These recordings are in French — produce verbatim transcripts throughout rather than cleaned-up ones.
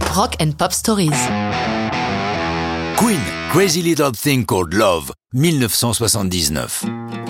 Rock and Pop Stories. Queen, Crazy Little Thing Called Love, dix-neuf cent soixante-dix-neuf.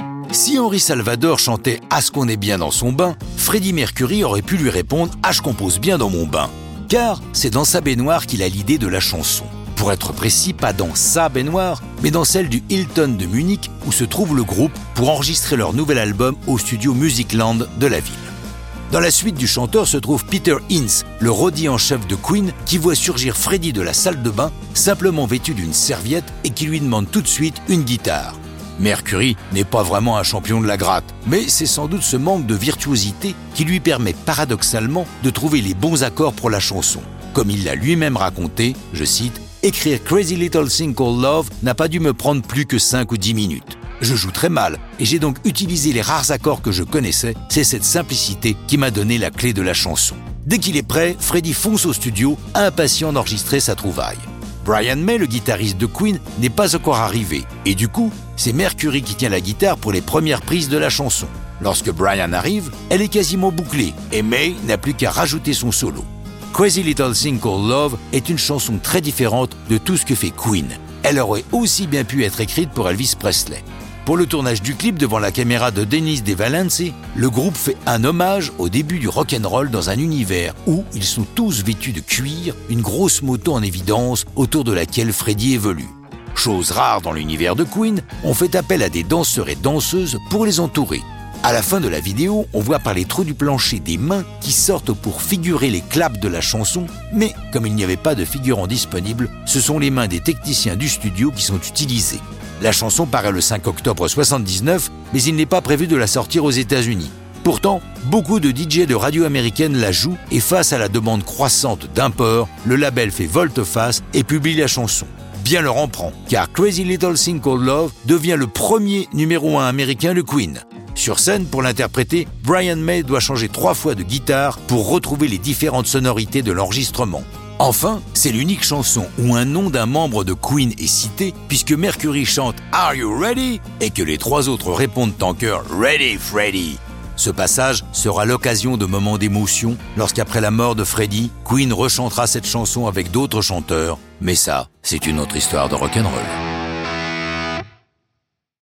Si Henri Salvador chantait « À ce qu'on est bien dans son bain », Freddie Mercury aurait pu lui répondre « Ah, je compose bien dans mon bain ». Car c'est dans sa baignoire qu'il a l'idée de la chanson. Pour être précis, pas dans sa baignoire, mais dans celle du Hilton de Munich où se trouve le groupe pour enregistrer leur nouvel album au studio Musicland de la ville. Dans la suite du chanteur se trouve Peter Hinz, le roadie en chef de Queen, qui voit surgir Freddie de la salle de bain, simplement vêtu d'une serviette et qui lui demande tout de suite une guitare. Mercury n'est pas vraiment un champion de la gratte, mais c'est sans doute ce manque de virtuosité qui lui permet paradoxalement de trouver les bons accords pour la chanson. Comme il l'a lui-même raconté, je cite, « Écrire Crazy Little Thing Called Love n'a pas dû me prendre plus que cinq ou dix minutes. Je joue très mal et j'ai donc utilisé les rares accords que je connaissais. C'est cette simplicité qui m'a donné la clé de la chanson. » Dès qu'il est prêt, Freddie fonce au studio, impatient d'enregistrer sa trouvaille. Brian May, le guitariste de Queen, n'est pas encore arrivé et du coup, c'est Mercury qui tient la guitare pour les premières prises de la chanson. Lorsque Brian arrive, elle est quasiment bouclée et May n'a plus qu'à rajouter son solo. Crazy Little Thing Called Love est une chanson très différente de tout ce que fait Queen. Elle aurait aussi bien pu être écrite pour Elvis Presley. Pour le tournage du clip devant la caméra de Dennis De Valenze, le groupe fait un hommage au début du rock'n'roll dans un univers où ils sont tous vêtus de cuir, une grosse moto en évidence autour de laquelle Freddie évolue. Chose rare dans l'univers de Queen, on fait appel à des danseurs et danseuses pour les entourer. À la fin de la vidéo, on voit par les trous du plancher des mains qui sortent pour figurer les claps de la chanson, mais comme il n'y avait pas de figurant disponible, ce sont les mains des techniciens du studio qui sont utilisées. La chanson paraît le cinq octobre soixante-dix-neuf, mais il n'est pas prévu de la sortir aux États-Unis. Pourtant, beaucoup de D J de radio américaine la jouent et face à la demande croissante d'import, le label fait volte-face et publie la chanson. Bien leur en prend, car Crazy Little Thing Called Love devient le premier numéro un américain de Queen. Sur scène, pour l'interpréter, Brian May doit changer trois fois de guitare pour retrouver les différentes sonorités de l'enregistrement. Enfin, c'est l'unique chanson où un nom d'un membre de Queen est cité, puisque Mercury chante « Are you ready ?» et que les trois autres répondent en chœur « Ready, Freddie ». Ce passage sera l'occasion de moments d'émotion lorsqu'après la mort de Freddie, Queen rechantera cette chanson avec d'autres chanteurs. Mais ça, c'est une autre histoire de rock'n'roll.